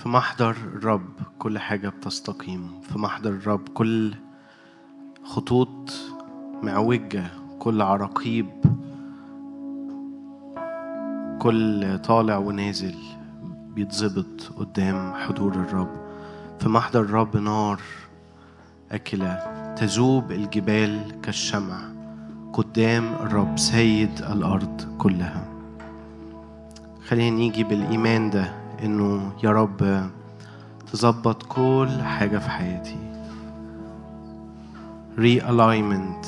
في محضر الرب كل حاجة بتستقيم. في محضر الرب كل خطوط معوجة، كل عراقيب، كل طالع ونازل بيتظبط قدام حضور الرب. في محضر الرب نار أكلة تذوب الجبال كالشمع قدام الرب سيد الأرض كلها. خلينا نيجي بالإيمان ده إنه يا رب تظبط كل حاجة في حياتي. realignment،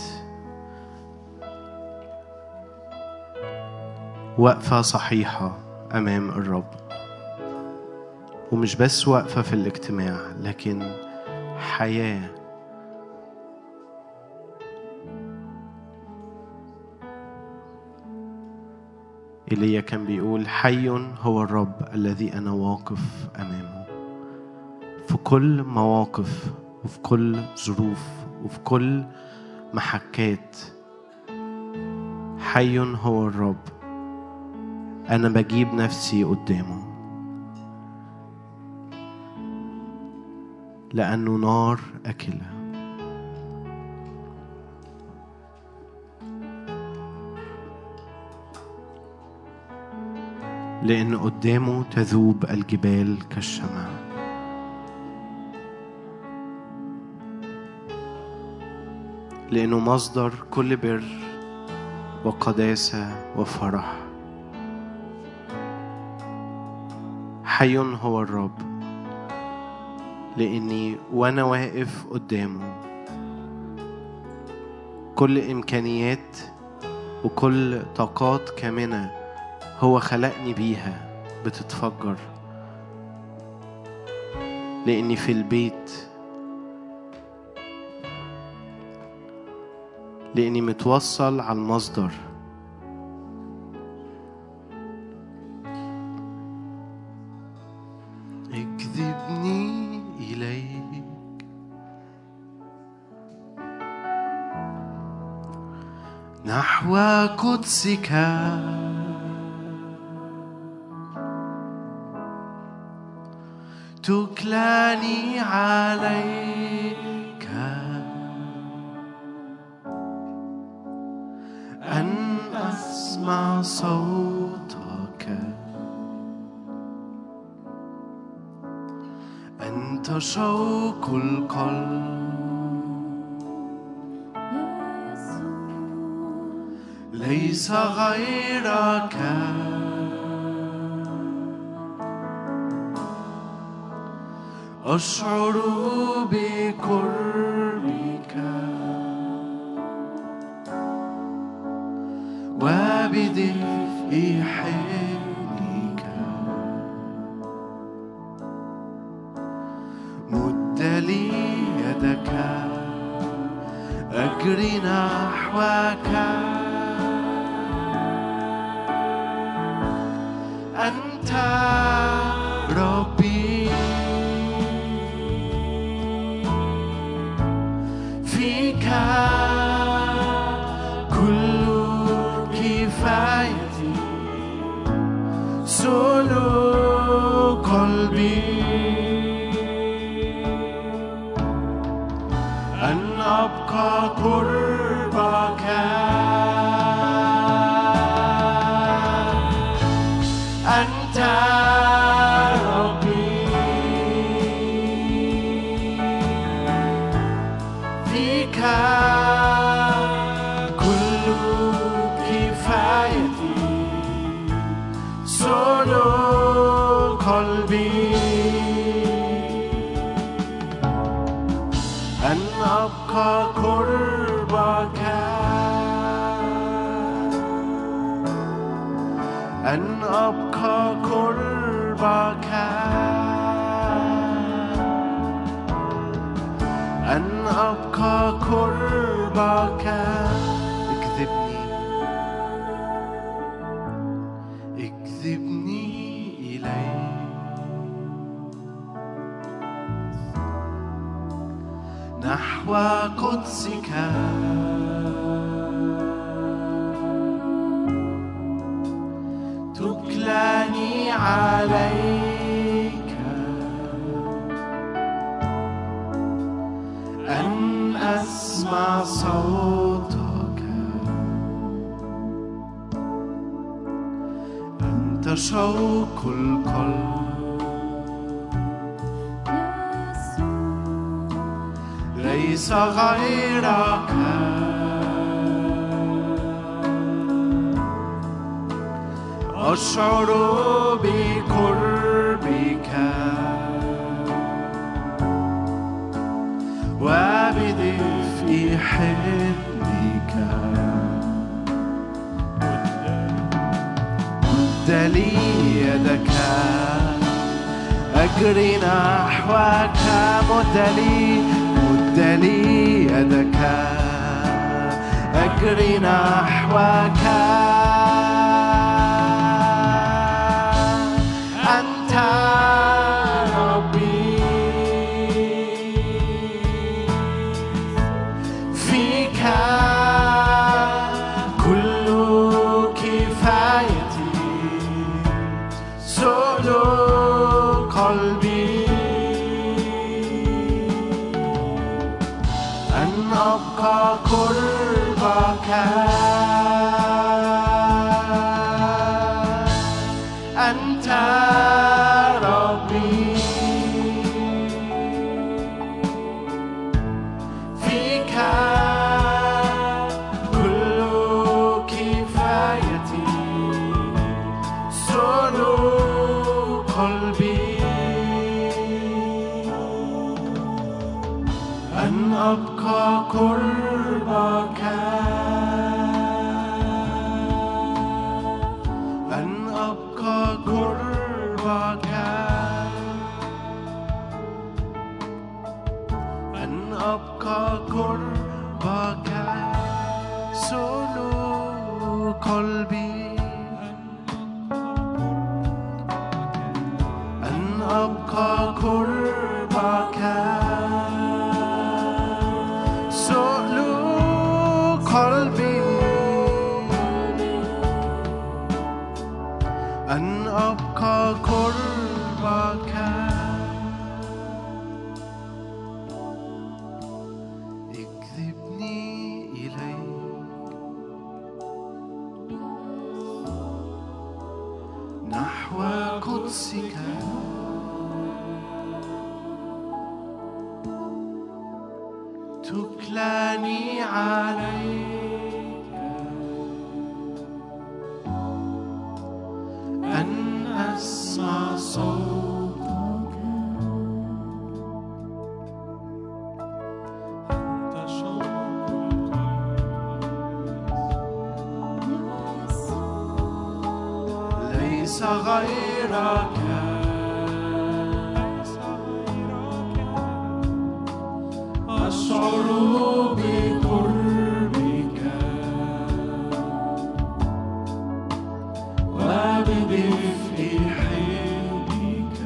وقفة صحيحة أمام الرب، ومش بس وقفة في الاجتماع لكن حياة. إيليا كان بيقول حي هو الرب الذي أنا واقف أمامه. في كل مواقف وفي كل ظروف وفي كل محكات، حي هو الرب أنا بجيب نفسي قدامه، لأنه نار أكلة. لأن قدامه تذوب الجبال كالشمع. لأنه مصدر كل بر وقداسة وفرح. حي هو الرب، لأني وأنا واقف قدامه كل إمكانيات وكل طاقات كامنة هو خلقني بيها بتتفجر. لأني في البيت، لأني متوصل على المصدر. اجذبني إليك نحو قدسك، تكلني عليك، أن أسمع صوتك. أنت شوق القلب، ليس غيرك. أشعر بقربك وبدفء حضنك. مد لي يدك أجري نحوك. أنت ربي، فيك كل كفايتي، سلوك قلبي أن أبقى قربك. أنت ربي، فيك كل كفايتي، سلوك قلبي أن أبقى قربك. أن أبقى قربك. أن أبقى قربك. اكذبني، اكذبني إليك نحو قدسك، تكلني عليك. أسمع صوتك، أنت شوق القلب، ليس غيرك، أشعر بقربك وبدفء حضنك، مد لي يدك أجري نحوك، مد لي يدك أجري نحوك، أنت ربي، فيك كل كفايتي، سؤل قلبي أن أبقى قربك، أنت ربي، فيك كل كفايتي، سؤل قلبي أن أبقى قربك، أن أبقى قربك، أن أبقى قربك، سؤل قلبي أن أبقى قربك، سؤل قلبي أن أبقى قربك، اجذبني إليك نحو قدسك، تكلني عليك، أن أسمع صوتك، أنت شوق القلب، ليس غيرك، أشعر بقربك وبدفء حضنك،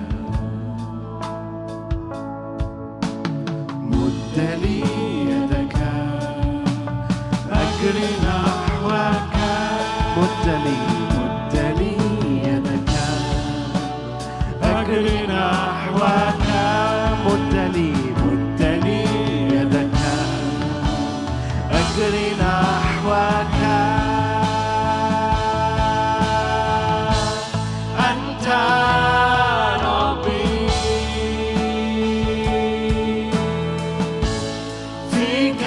مد لي يدك أجري نحوك، مد لي يدك أجري نحوك، مد لي يدك أجري نحوك، أنت ربي، فيك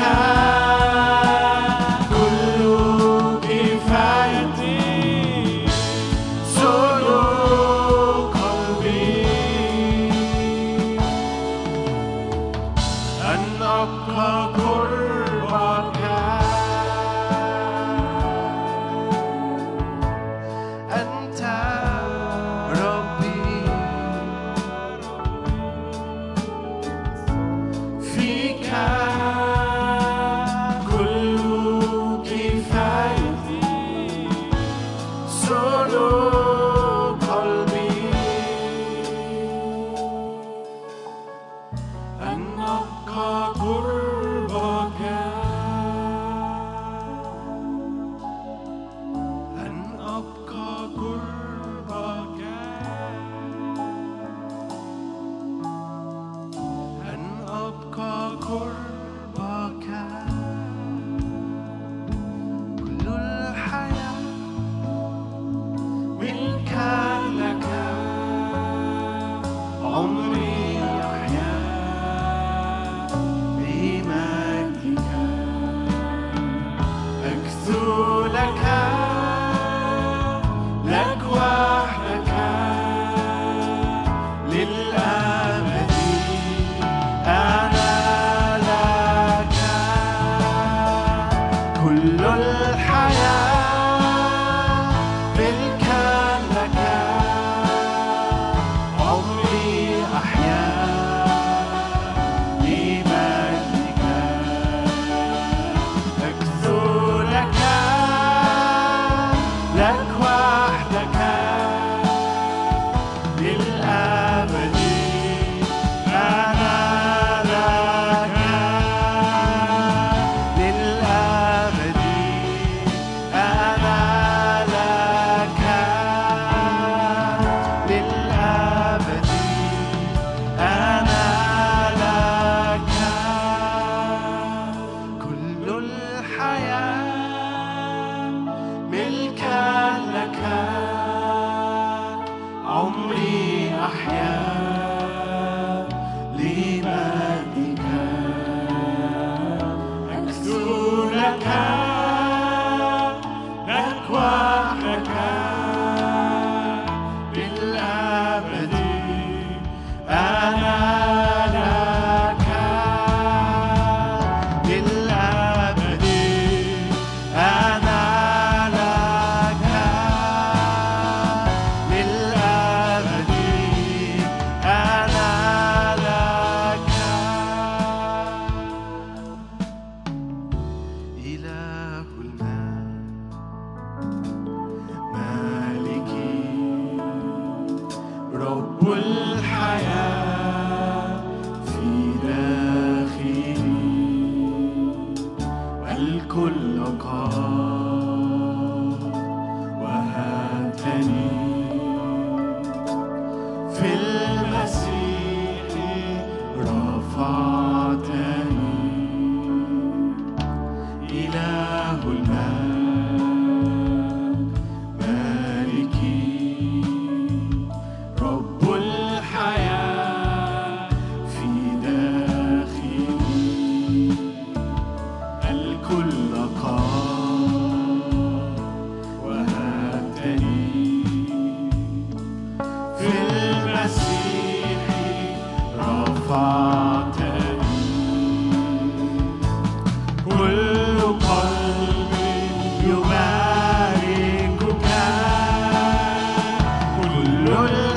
كل كفايتي، سؤل قلبي عمري أحيا بمجدك أكثر لك وحدك للأبد أنا لك كل الحياة ملكا لك عمري أحيا بمجدك أكثر لك وحدك للأبد أنا لك للأبد أنا لك للأبد أنا لك كل الحياة ملكا لك عمري أحيا لمجدك أكثر لك وحدك للأبد أنا لك للأبد أنا لك للأبد أنا لك إله مالكي رب الحياة في داخلي والكل قام وهبتني في المسيح رفعتني إله مالكي رب الحياة في داخلي الكل قام وهبتني في المسيح رفعتني كل قلب يباركك كل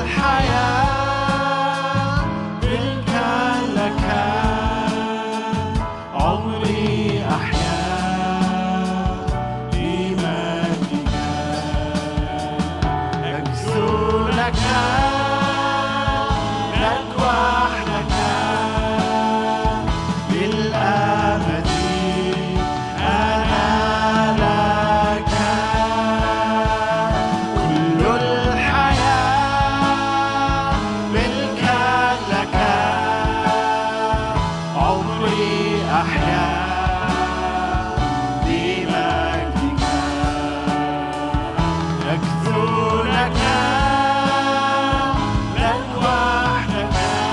الحياة ملكا لك عمري أحيا بمجدك أكثر لك وحدك للأبد أنا لك كل الحياة ملكا لك عمري أحيا بمجدك أكثر لك وحدك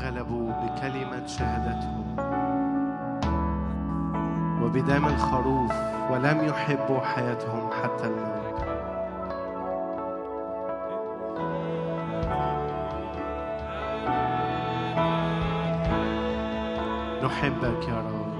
غلبوا بكلمة شهادتهم وبدم الخروف ولم يحبوا حياتهم حتى الموت. نحبك يا رب.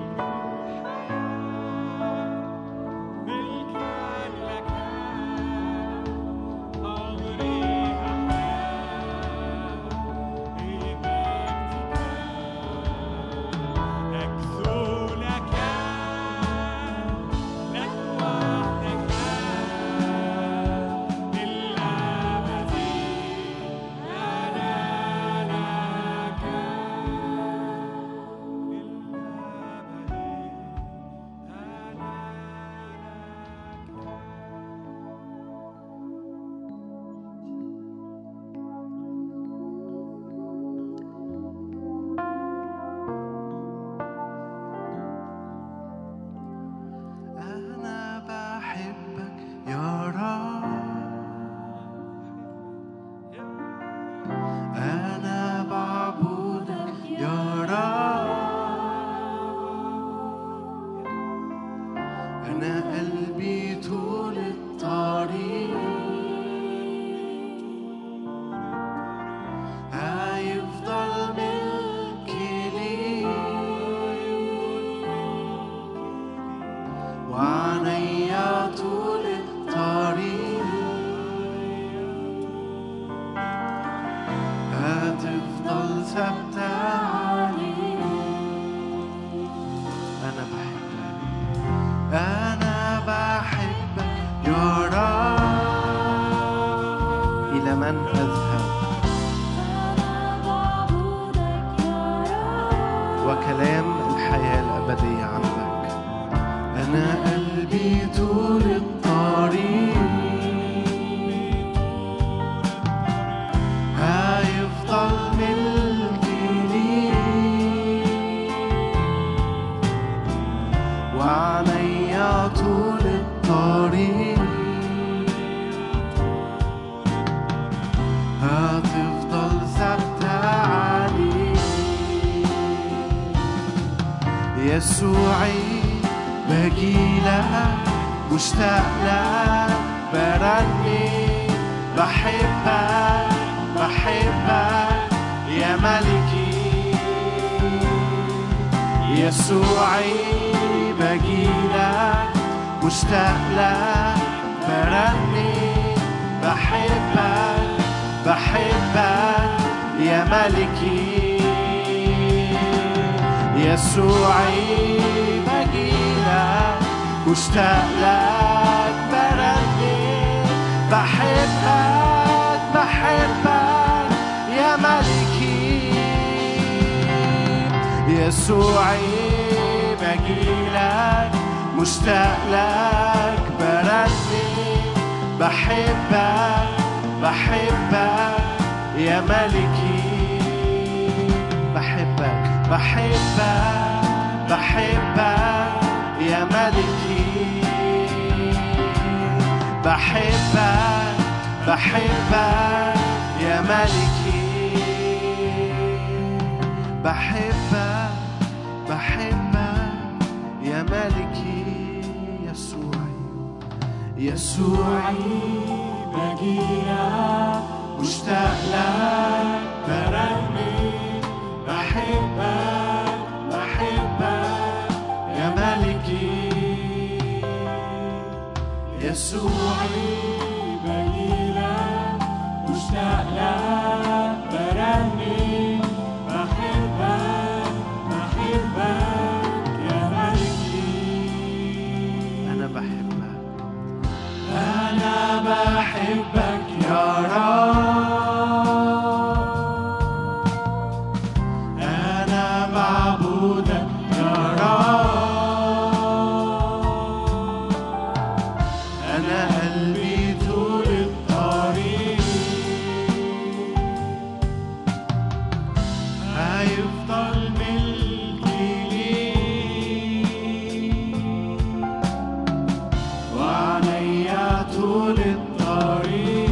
طول الطريق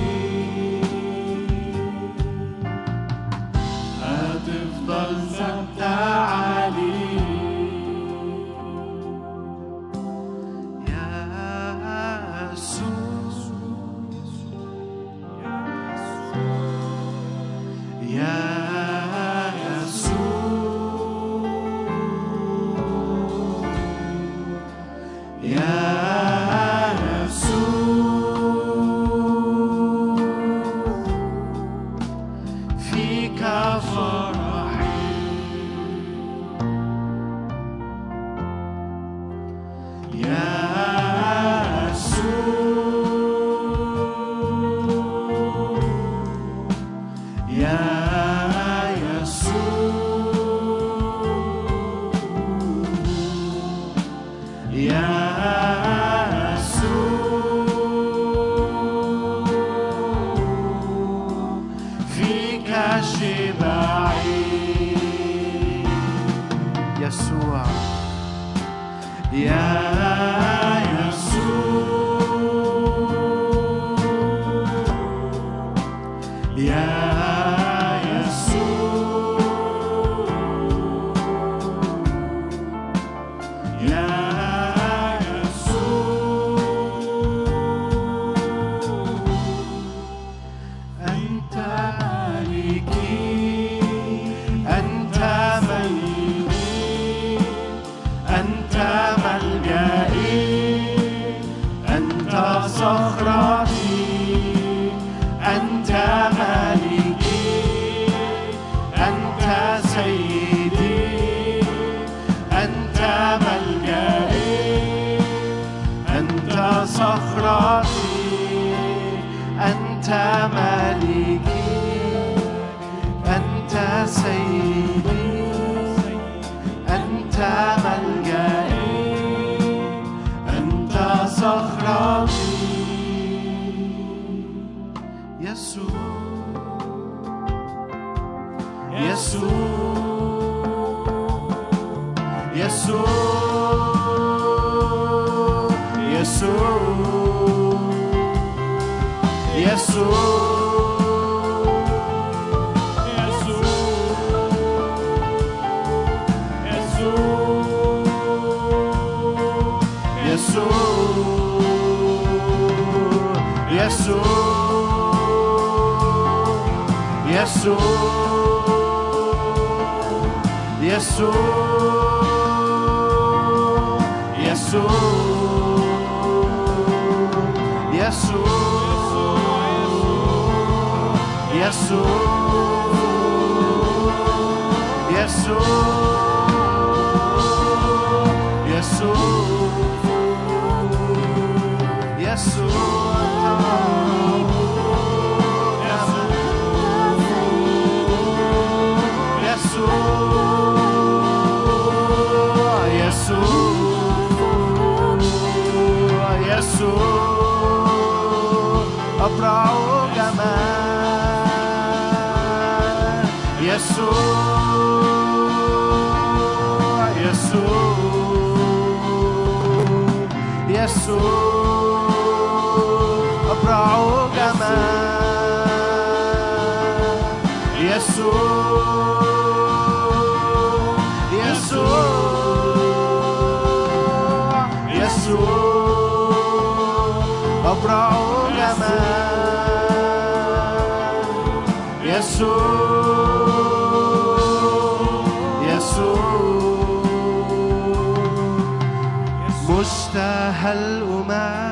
مشتهى الأمم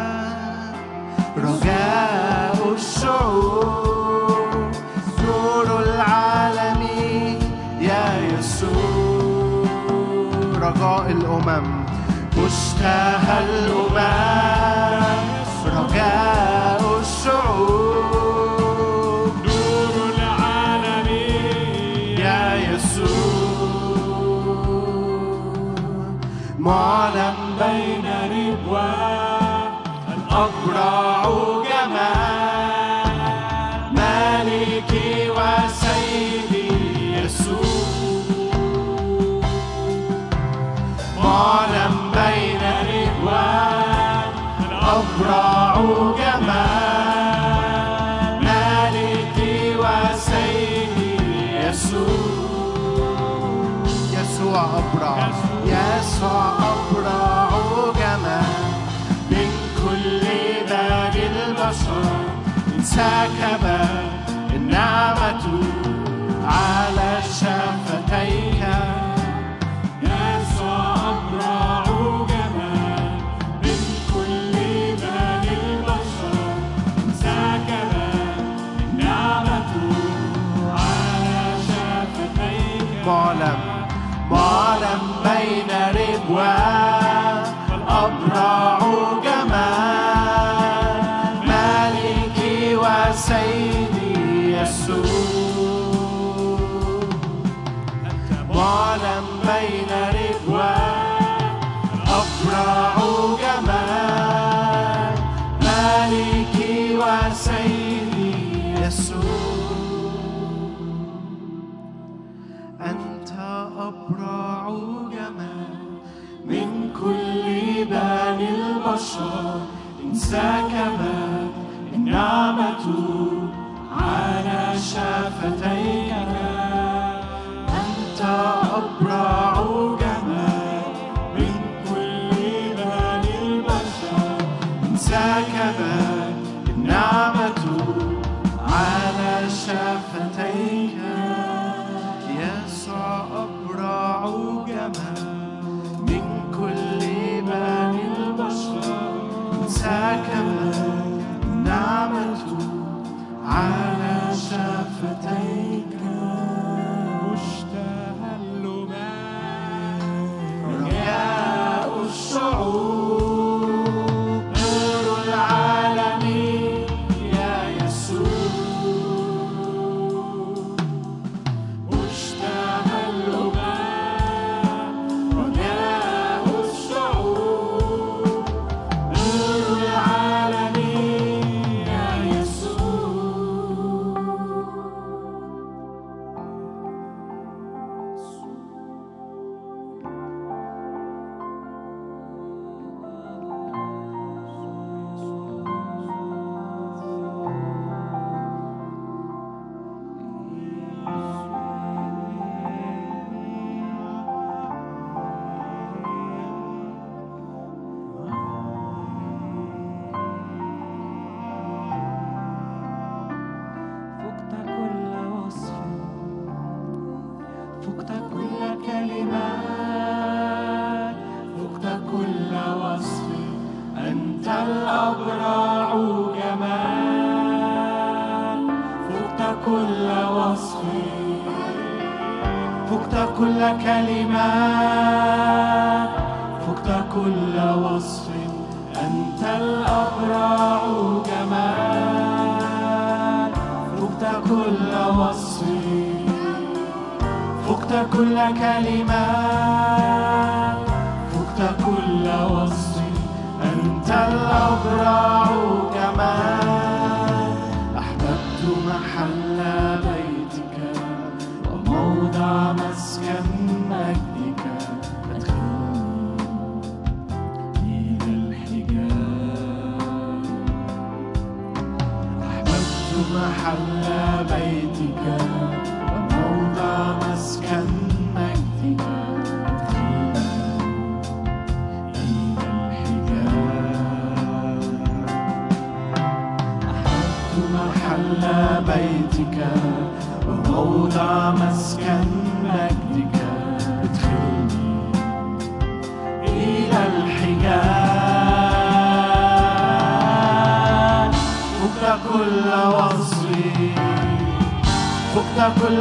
رجاء الشعوب نور العالم يا يسوع رجاء الأمم مشتهى الأمم رجاء الشعوب نور العالم يا يسوع معلم بين ربوان الأبرع جمال مالكي وسيدي يسوع معلم بين ربوان الأبرع جمال مالكي وسيدي يسوع يسوع أبرع يسوع أبرع جمال من كل بني البشر انسكب النعمة على شفتيك يسوع أبرع جمال من أبرع جمال مالكي وسيدي يسوع معلم بين ربوان أبرع جمال مالكي وسيدي يسوع أنت أبرع جمال من كل بني البشر انسكبت النعمة على شفتيك أنت أبرع جمال من كل بني البشر انسكبت النعمة على شفتيك يسوع أبرع جمال من كل بني البشر انسكبت النعمة على شفتيك مشتهى اللبان رجاء الشعوب نور العالم يا يسوع مشتهى اللبان رجاء الشعوب نور العالم يا يسوع فقت كل وصف فقت كل كلمات فقت كل وصف أنت الأبرع جمال فقت كل وصف فقت كل كلمات فقت كل وصف أنت الأبرع جمال فقت كل وصف فقت كل كلمات فقت كل وصف أنت الأبرع جمال أحببت محل بيتك وموضع مسكن مجدك أدخلني إلى الحجاب أحببت محل بيتك وموضع مسكن مجدك أدخلني إلى الحجاب أحببت محل بيتك وموضع مسكن مجدك ادخلني إلى الحجاب فقت كل وصف فقت كل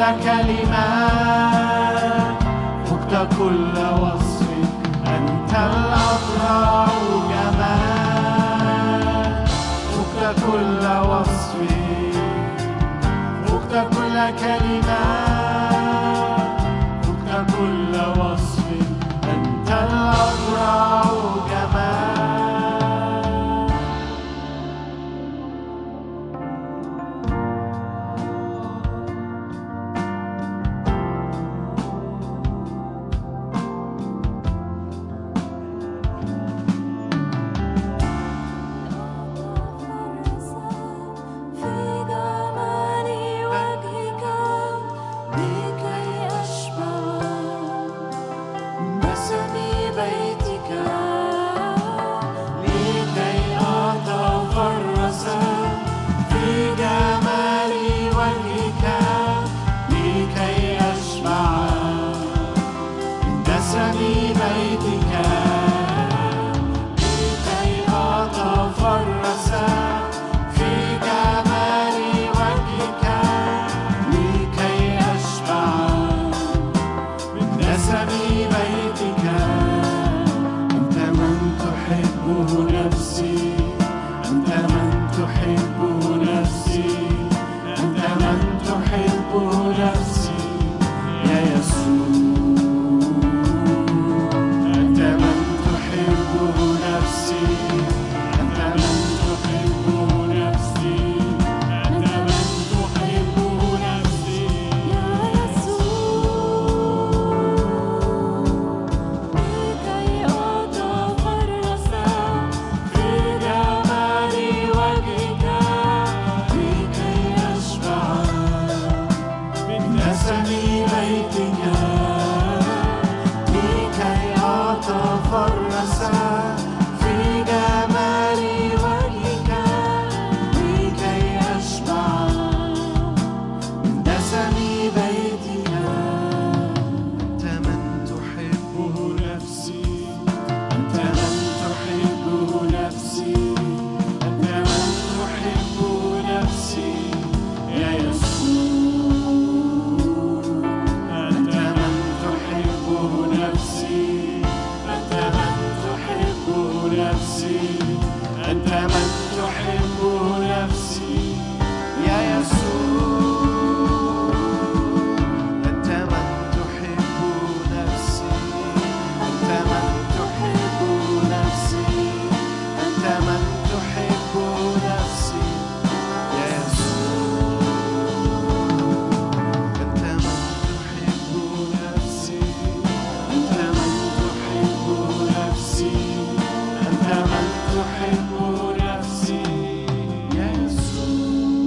كلمات فقت كل وصف أنت الأبرع جمال فقت كل وصف فقت كل كلمات فقت كل وصف أنت الأبرع جمال تحبه نفسي، أنت من تحبه نفسي، أنت من تحبه نفسي يا يسوع، أنت من تحبه نفسي، أنت من تحبه نفسي، أنت من تحبه نفسي يا يسوع، لكي أتفرس في جمال وجهك، لكي أشبع من نسم بيتك، لكي أتفرس في جمال وجهك، لكي أشبع من نسم بيتك. أنت من تحبه نفسي، أنت من تحبه نفسي، أنت من تحبه نفسي يا يسوع، أنت من تحبه نفسي، أنت من تحبه نفسي، أنت من تحبه نفسي يا يسوع، أنت من تحبه نفسي، أنت من تحبه نفسي، أنت من تحبه نفسي يا يسوع، أنت من تحبه نفسي، أنت من تحبه نفسي، أنت من تحبه نفسي يا يسوع.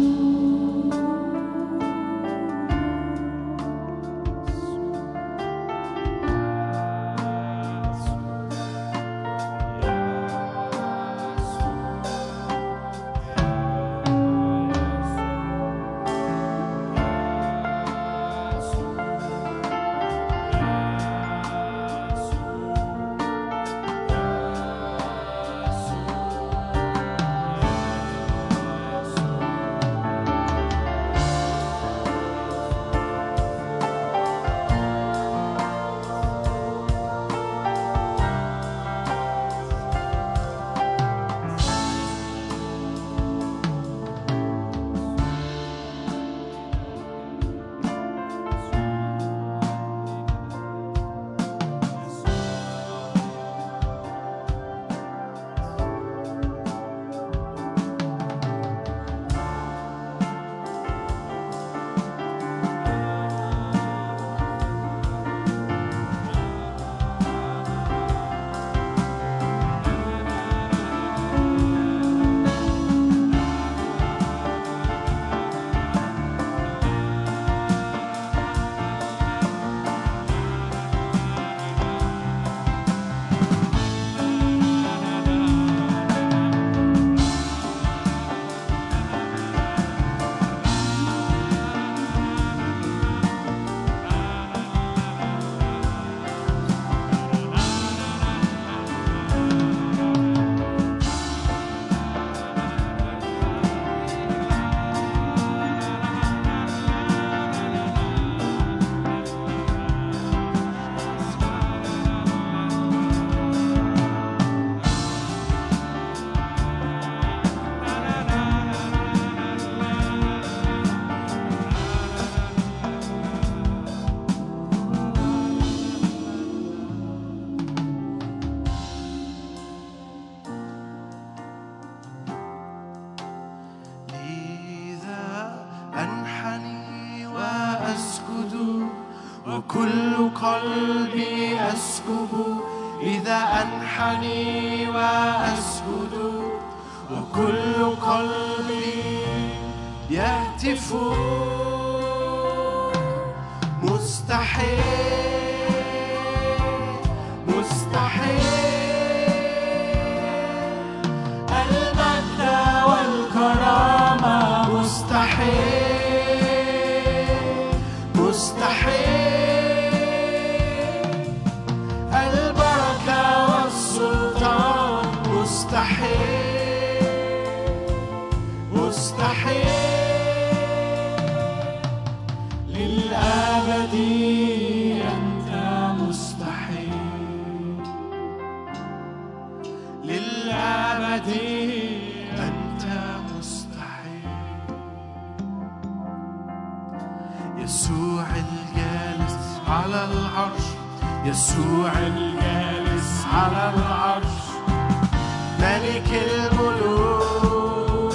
أنحني وأسجد وكل قلبي أسكب، إذا أنحني وأسجد وكل قلبي يهتف مستحيل مستحيل، المجد والكرامة مستحيل مستحيل، البركة والسلطان مستحيل مستحيل، أنت مستحيل. يسوع الجالس على العرش، يسوع الجالس على العرش، ملك الملوك.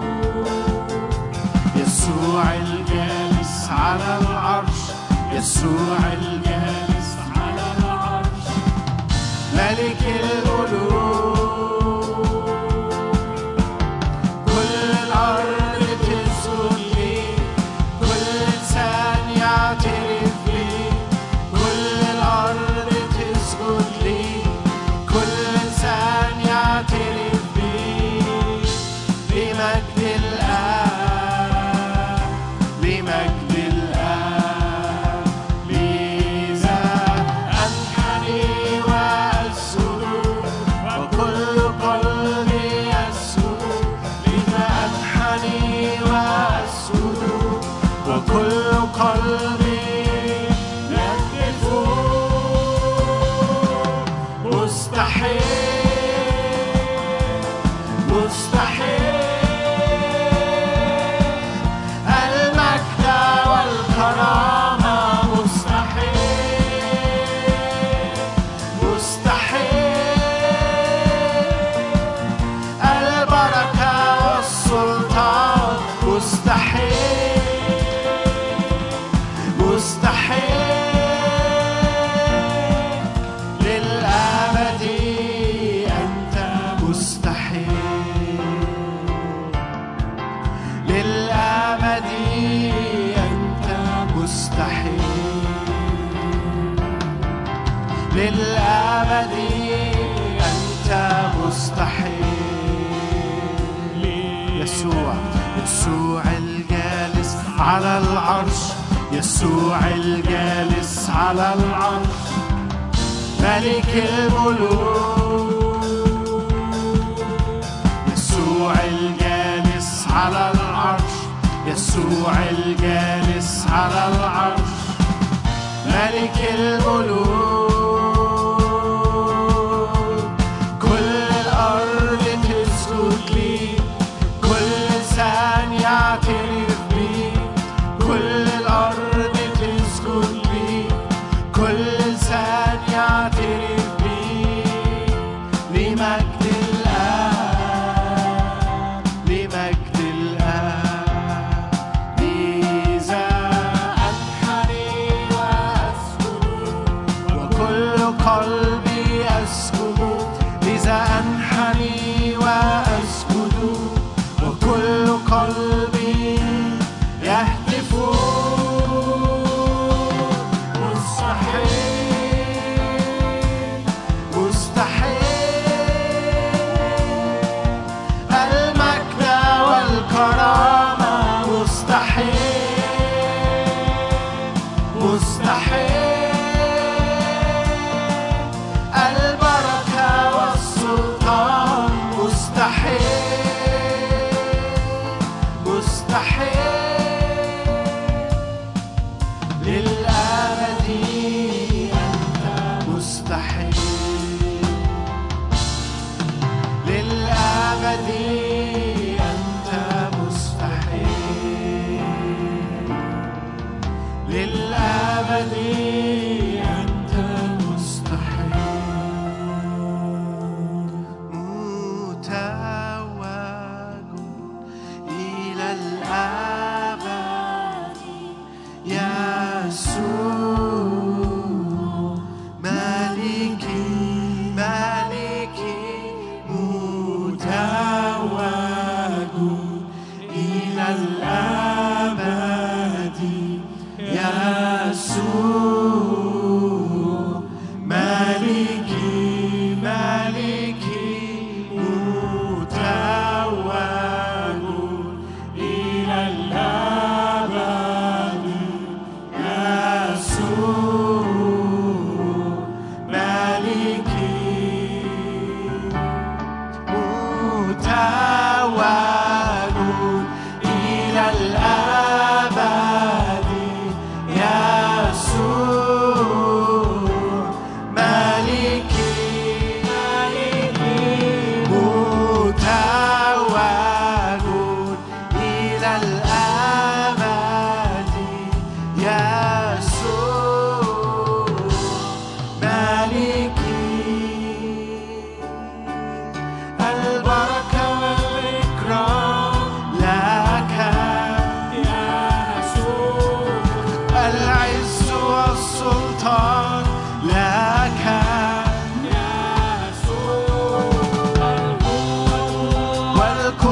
يسوع الجالس على العرش، يسوع الجالس على العرش، ملك الملوك. كل الأرض تسجد ليه، كل إنسان يعترف بيه. كل الأرض تسجد ليه، كل إنسان يعترف بيه. لمجد الآب، لمجد الآب، لذا أنحني وأسجد، وكل قلبي يسجد. لذا أنحني وأسجد، وكل قلبي يهتف. مستحيل، مستحيل، المجد والكرامة مستحيل، مستحيل، البركة والسلطان مستحيل، مستحيل، للأبد أنت مستحيل، للأبد أنت مستحيل، للأبد أنت مستحيل. يسوع، يسوع الجالس على العرش، يسوع الجالس على العرش، ملك الملوك. يسوع الجالس على العرش، يسوع الجالس على العرش، ملك الملوك. كل الأرض تسجد ليه، كل إنسان يعترف بيه. كل الأرض تسجد ليه، كل إنسان يعترف بيه. لمجد الآب، لمجد الآب، لذا أنحني وأسجد، وكل قلبي أسجد. لذا أنحني وأسجد، وكل قلبي يهتف. مستحيل، مستحيل،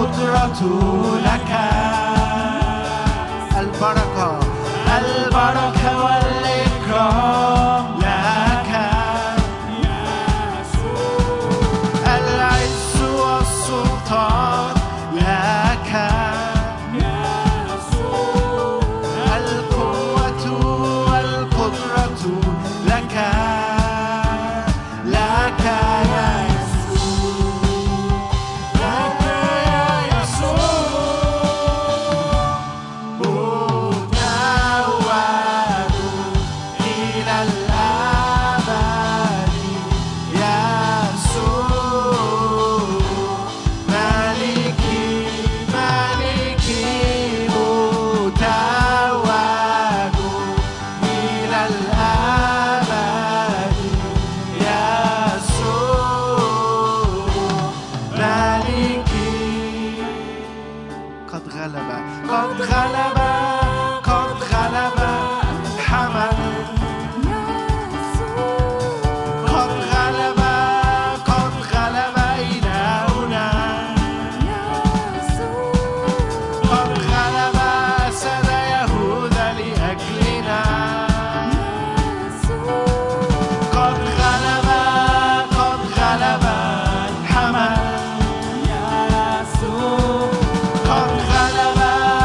القدرة لك. البركة والإكرام لك. العز والسلطان لك. القوة والقدرة لك. لك يا يسوع. لك يا يسوع. متوج إلى الأبد. يسوع ملكي ملكي. متوج إلى الأبد. يسوع ملكي. قد غلب قد غلب قد غلب. حمل قد غلب قد غلب إلهنا. قد غلب أسد يهوذا لأجلنا. قد غلب الحمل. قد غلب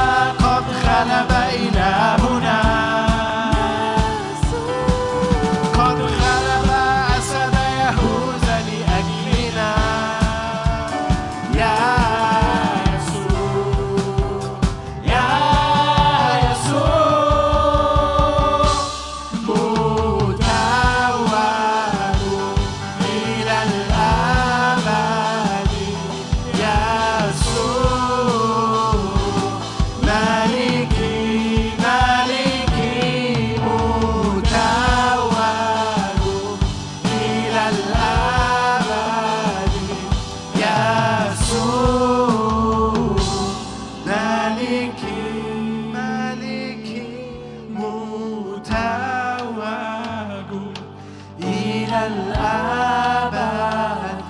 إلهنا. قد غلب أسد يهوذا لأجلنا. يا يسوع يا يسوع. متوج إلى الأبد. يسوع ملكي ملكي. متوج إلى الأبد. يسوع ملكي ملكي. متوج إلى الأبد.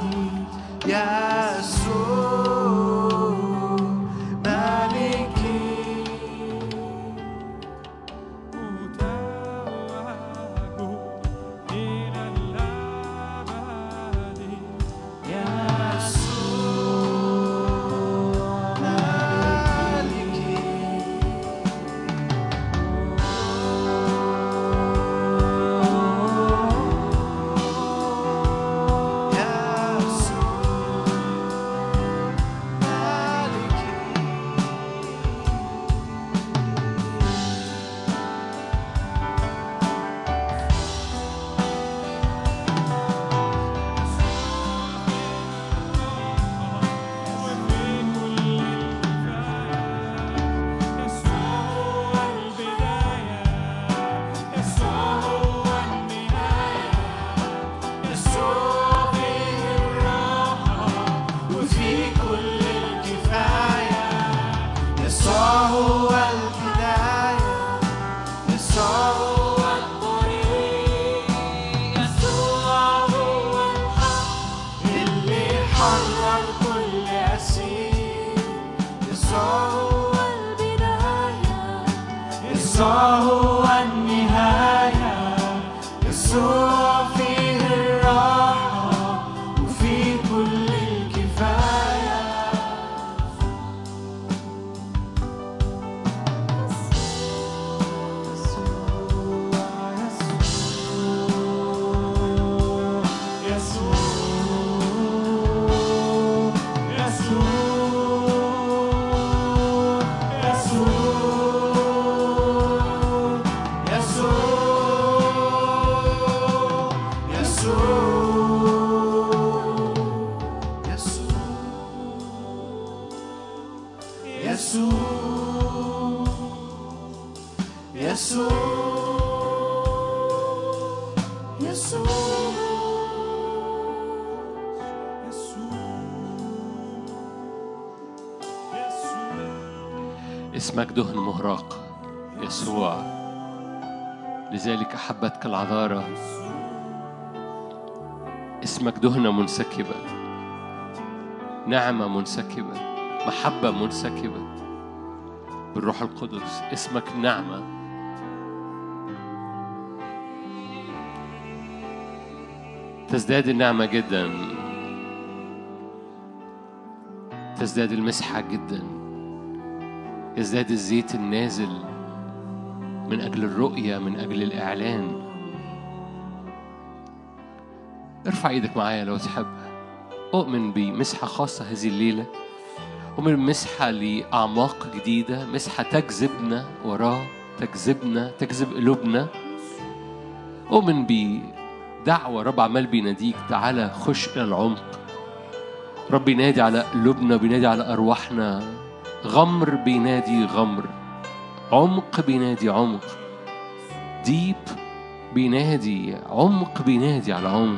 يسوع ملكي. يسوع ملكي. يسوع هو النهاية. يسوع فيه الراحة وفي كل الكفاية. اسمك دهن مهراق يسوع، لذلك أحبتك العذارى. اسمك دهنة منسكبة، نعمة منسكبة. محبة منسكبة بالروح القدس. اسمك نعمة. تزداد النعمة جدا، تزداد المسحة جدا، يزداد الزيت النازل من أجل الرؤية، من أجل الإعلان. ارفع ايدك معايا لو تحب. أؤمن بمسحة خاصة هذه الليلة، أؤمن بمسحة لأعماق جديدة، مسحة تجذبنا وراه، تجذب قلوبنا. أؤمن بدعوة رب عمال بيناديك، تعالى خش إلى العمق. رب ينادي على قلوبنا، بينادي على أرواحنا. غمر بينادي غمر، عمق بينادي عمق، ديب بينادي عمق، بينادي على عمق.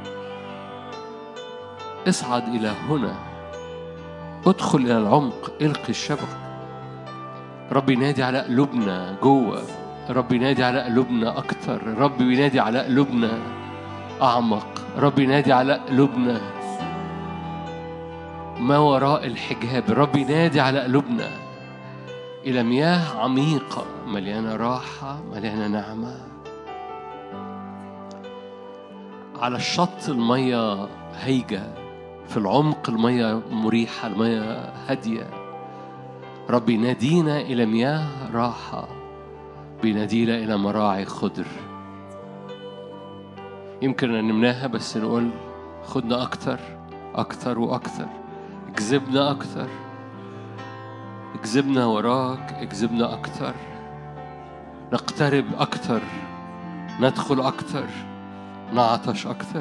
اصعد إلى هنا، ادخل إلى العمق، القي الشبك. رب ينادي على قلوبنا جوه، رب ينادي على قلوبنا أكتر، رب ينادي على قلوبنا أعمق، رب ينادي على قلوبنا ما وراء الحجاب. رب ينادي على قلوبنا إلى مياه عميقة مليانة راحة، مليانة نعمة. على الشط المية هيجة، في العمق المية مريحة، المية هادية. رب ينادينا إلى مياه راحة، بينادينا إلى مراعي خضر. يمكن أن نمناها بس نقول خدنا أكتر أكتر وأكتر، اجذبنا أكتر، اجذبنا وراك، اجذبنا أكتر، نقترب أكتر، ندخل أكتر، نعطش أكتر.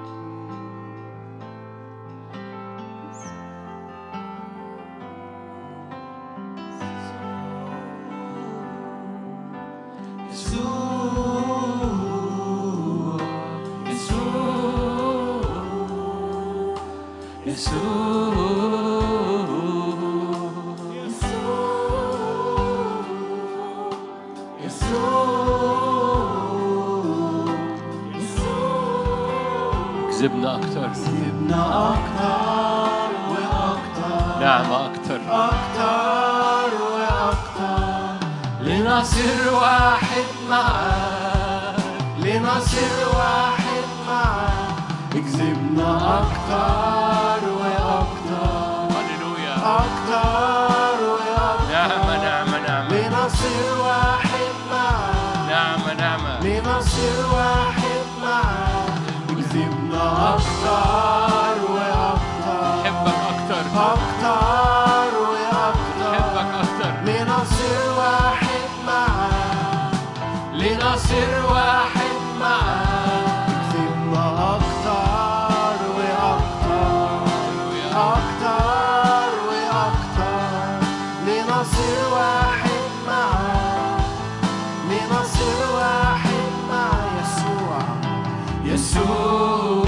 اجذبنا أكتر، اجذبنا أكتر وأكتر، نعمة أكتر، أكتر وأكتر، لنصير واحد معاك، لنصير واحد معاك. اجذبنا أكتر وأكتر، هللويا، أكتر وأكتر، نعمة نعمة نعمة، لنصير واحد معاك، نعمة نعمة، لنصير واحد معاك. اجذبنا أكتر وأكتر، حبك أكتر، أكتر وأكتر، حبك أكتر، لنصير واحد معاك، لنصير واحد معاك. اجذبنا أكتر وأكتر، أكتر وأكتر، لنصير واحد معاك، لنصير واحد مع يسوع، يسوع،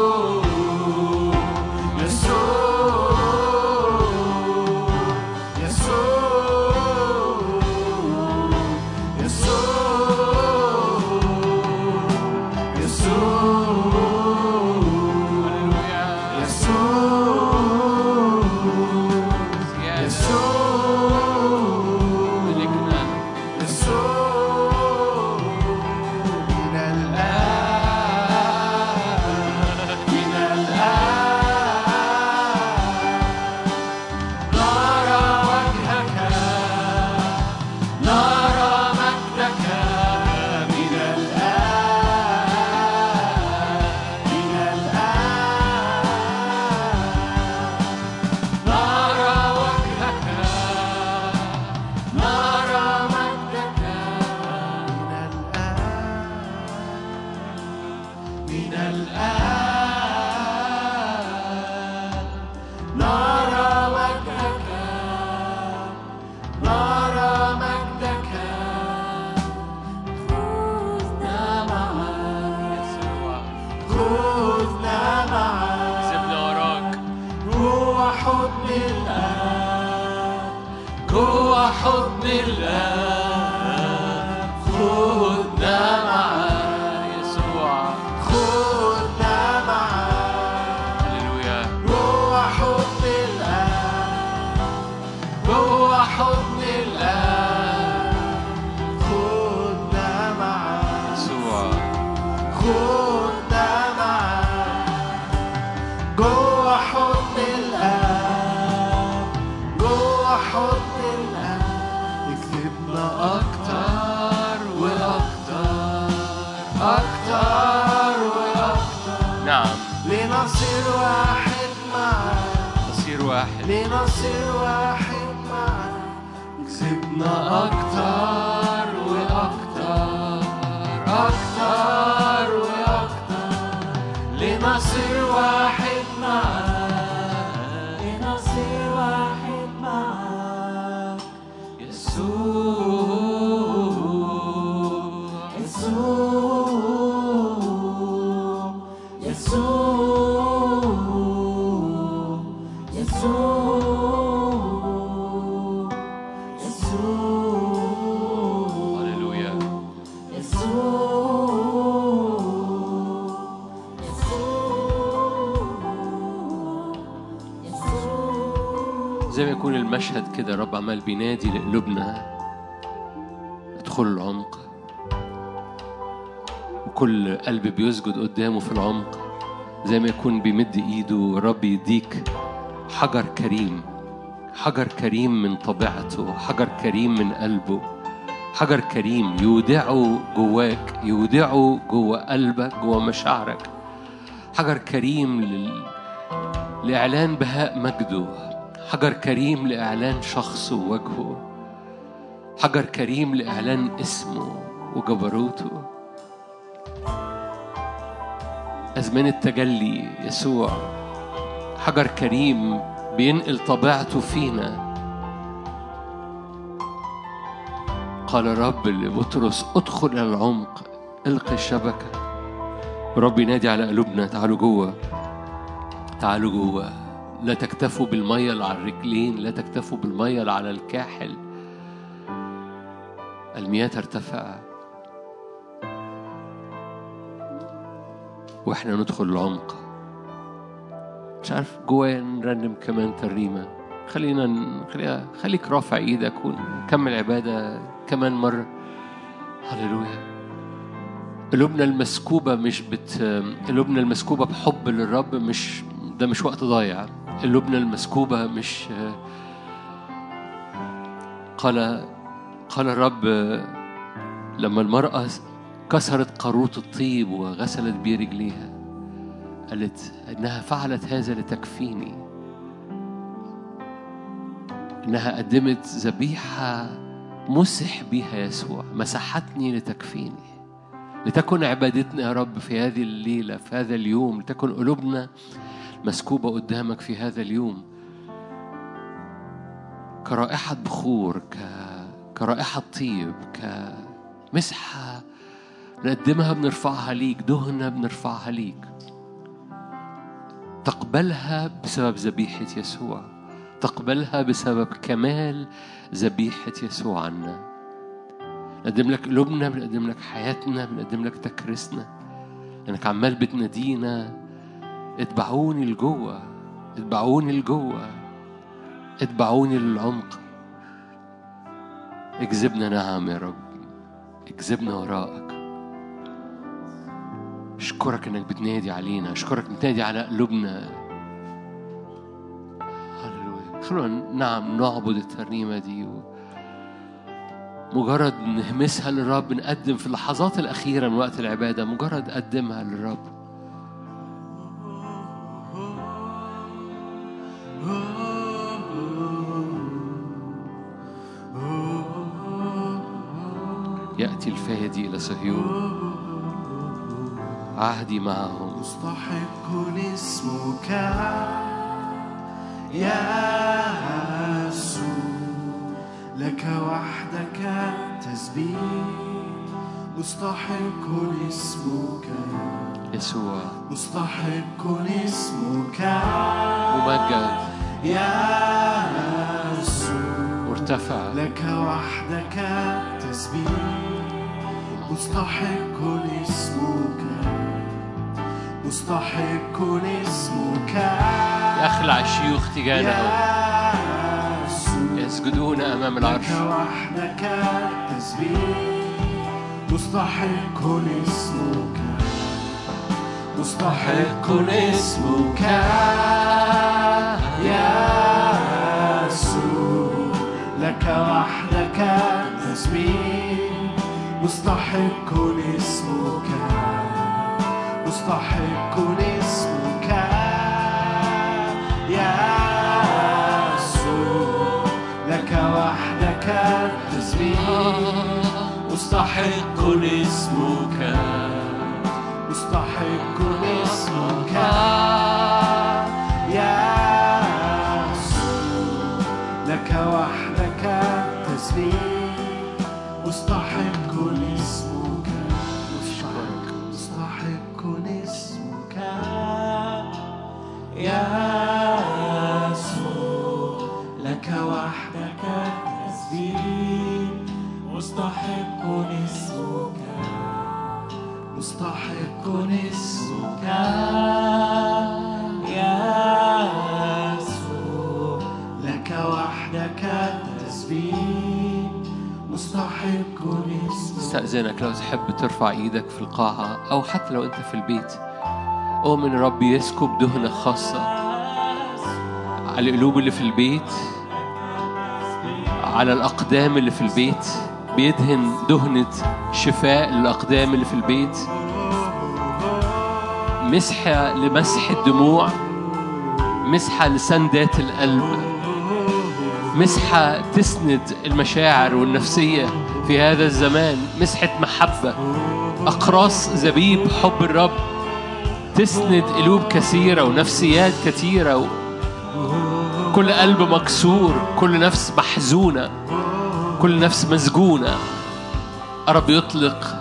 حضن الله خدنا معاه يسوع خدنا معاه هللويا جوا حضن الله واحد لنصير واحد معاك اكسبنا أكتر وأكتر أكتر وأكتر لنصير واحد معاك لنصير واحد معاك يسوع يسوع يسوع يسوع يسوع هللويا زي ما يكون المشهد كده رب عمال بينادي لقلوبنا ادخلوا العمق، وكل قلب بيسجد قدامه في العمق زي ما يكون بيمد ايده رب يديك حجر كريم، حجر كريم من طبيعته، حجر كريم من قلبه، حجر كريم يودعه جواك، يودعه جوا قلبك، جوا مشاعرك، حجر كريم لإعلان بهاء مجده، حجر كريم لإعلان شخصه ووجهه، حجر كريم لإعلان اسمه وجبروته. أزمان التجلي يسوع حجر كريم بينقل طبيعته فينا. قال الرب لبطرس ادخل إلى العمق، القي الشبكة. ورب ينادي على قلوبنا تعالوا جوه، تعالوا جوه. لا تكتفوا بالمية اللي على الرجلين، لا تكتفوا بالمية اللي على الكاحل. المياه ترتفع واحنا ندخل العمق. مش عارف جوايا نرنم كمان ترنيمة. خليك رافع ايدك ونكمل عبادة كمان مرة. هللويا. قلوبنا المسكوبة قلوبنا المسكوبة بحب للرب، ده مش وقت ضايع. قلوبنا المسكوبة مش قال الرب لما المرأة كسرت قاروط الطيب وغسلت بيه رجليها، قالت إنها فعلت هذا لتكفيني، إنها قدمت ذبيحة مسح بيها يسوع، مسحتني لتكفيني. لتكن عبادتنا يا رب في هذه الليلة، في هذا اليوم، لتكن قلوبنا مسكوبة قدامك في هذا اليوم كرائحة بخور، كرائحة طيب، كمسحة بنقدمها، بنرفعها ليك، دهنة بنرفعها ليك. تقبلها بسبب ذبيحة يسوع، تقبلها بسبب كمال ذبيحة يسوع عنا. نقدم لك قلوبنا، بنقدم لك حياتنا، بنقدم لك تكريسنا، لأنك عمال بتنادينا اتبعوني لجوه، اتبعوني لجوه، اتبعوني للعمق. اجذبنا نعم يا رب، اجذبنا وراءك. اشكرك انك بتنادي علينا، اشكرك بتنادي على قلوبنا. هللويا. خلونا نعبد الترنيمة دي مجرد نهمسها للرب. نقدم في اللحظات الأخيرة من وقت العبادة، مجرد قدمها للرب. يأتي الفادي إلى صهيون، عهدي معهم. مستحق اسمك يا يسوع، لك وحدك تسبيح. مستحق اسمك يسوع، مستحق اسمك ممجد يا يسوع، مرتفع، لك وحدك تسبيح. مستحق اسمك، مستحق اسمك. يخلع الشيوخ تجاهه، يسجدون أمام العرش. لك وحدك تسبيح. مستحق اسمك، مستحق اسمك يا يسوع، لك وحدك تسبيح. مستحق اسمك، مستحق اسمك يا التسبيح مستحق اسمك مستحق اسمك يا يسوع لك وحدك التسبيح مستحق اسمك مستحق اسمك يا يسوع لك وحدك التسبيح مستحق اسمك مستحق اسمك يا يسوع لك وحدك التسبيح مستحق اسمك. استأذنك لو تحب ترفع ايدك في القاعة أو حتى لو أنت في البيت، أؤمن رب يسكب دهنة خاصة على القلوب اللي في البيت، على الأقدام اللي في البيت، بيدهن دهنة شفاء للأقدام اللي في البيت، مسحة لمسح الدموع، مسحة لسندات القلب، مسحة تسند المشاعر والنفسية في هذا الزمان، مسحة محبة، أقراص زبيب حب الرب تسند قلوب كثيرة ونفسيات كثيرة، كل قلب مكسور، كل نفس محزونة، كل نفس مسجونة. الرب يطلق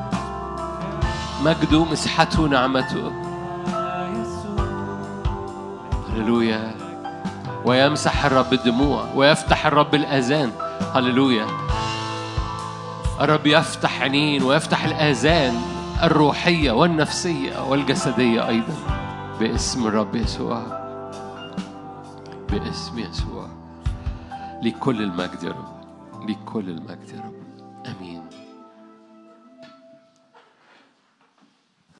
مجده، مسحته، نعمته. هللويا. ويمسح الرب الدموع ويفتح الرب الآذان. هللويا. الرب يفتح عينين ويفتح الآذان الروحية والنفسية والجسدية أيضا باسم الرب يسوع، باسم يسوع. لكل المجد يا رب، لكل المجد يا رب. آمين.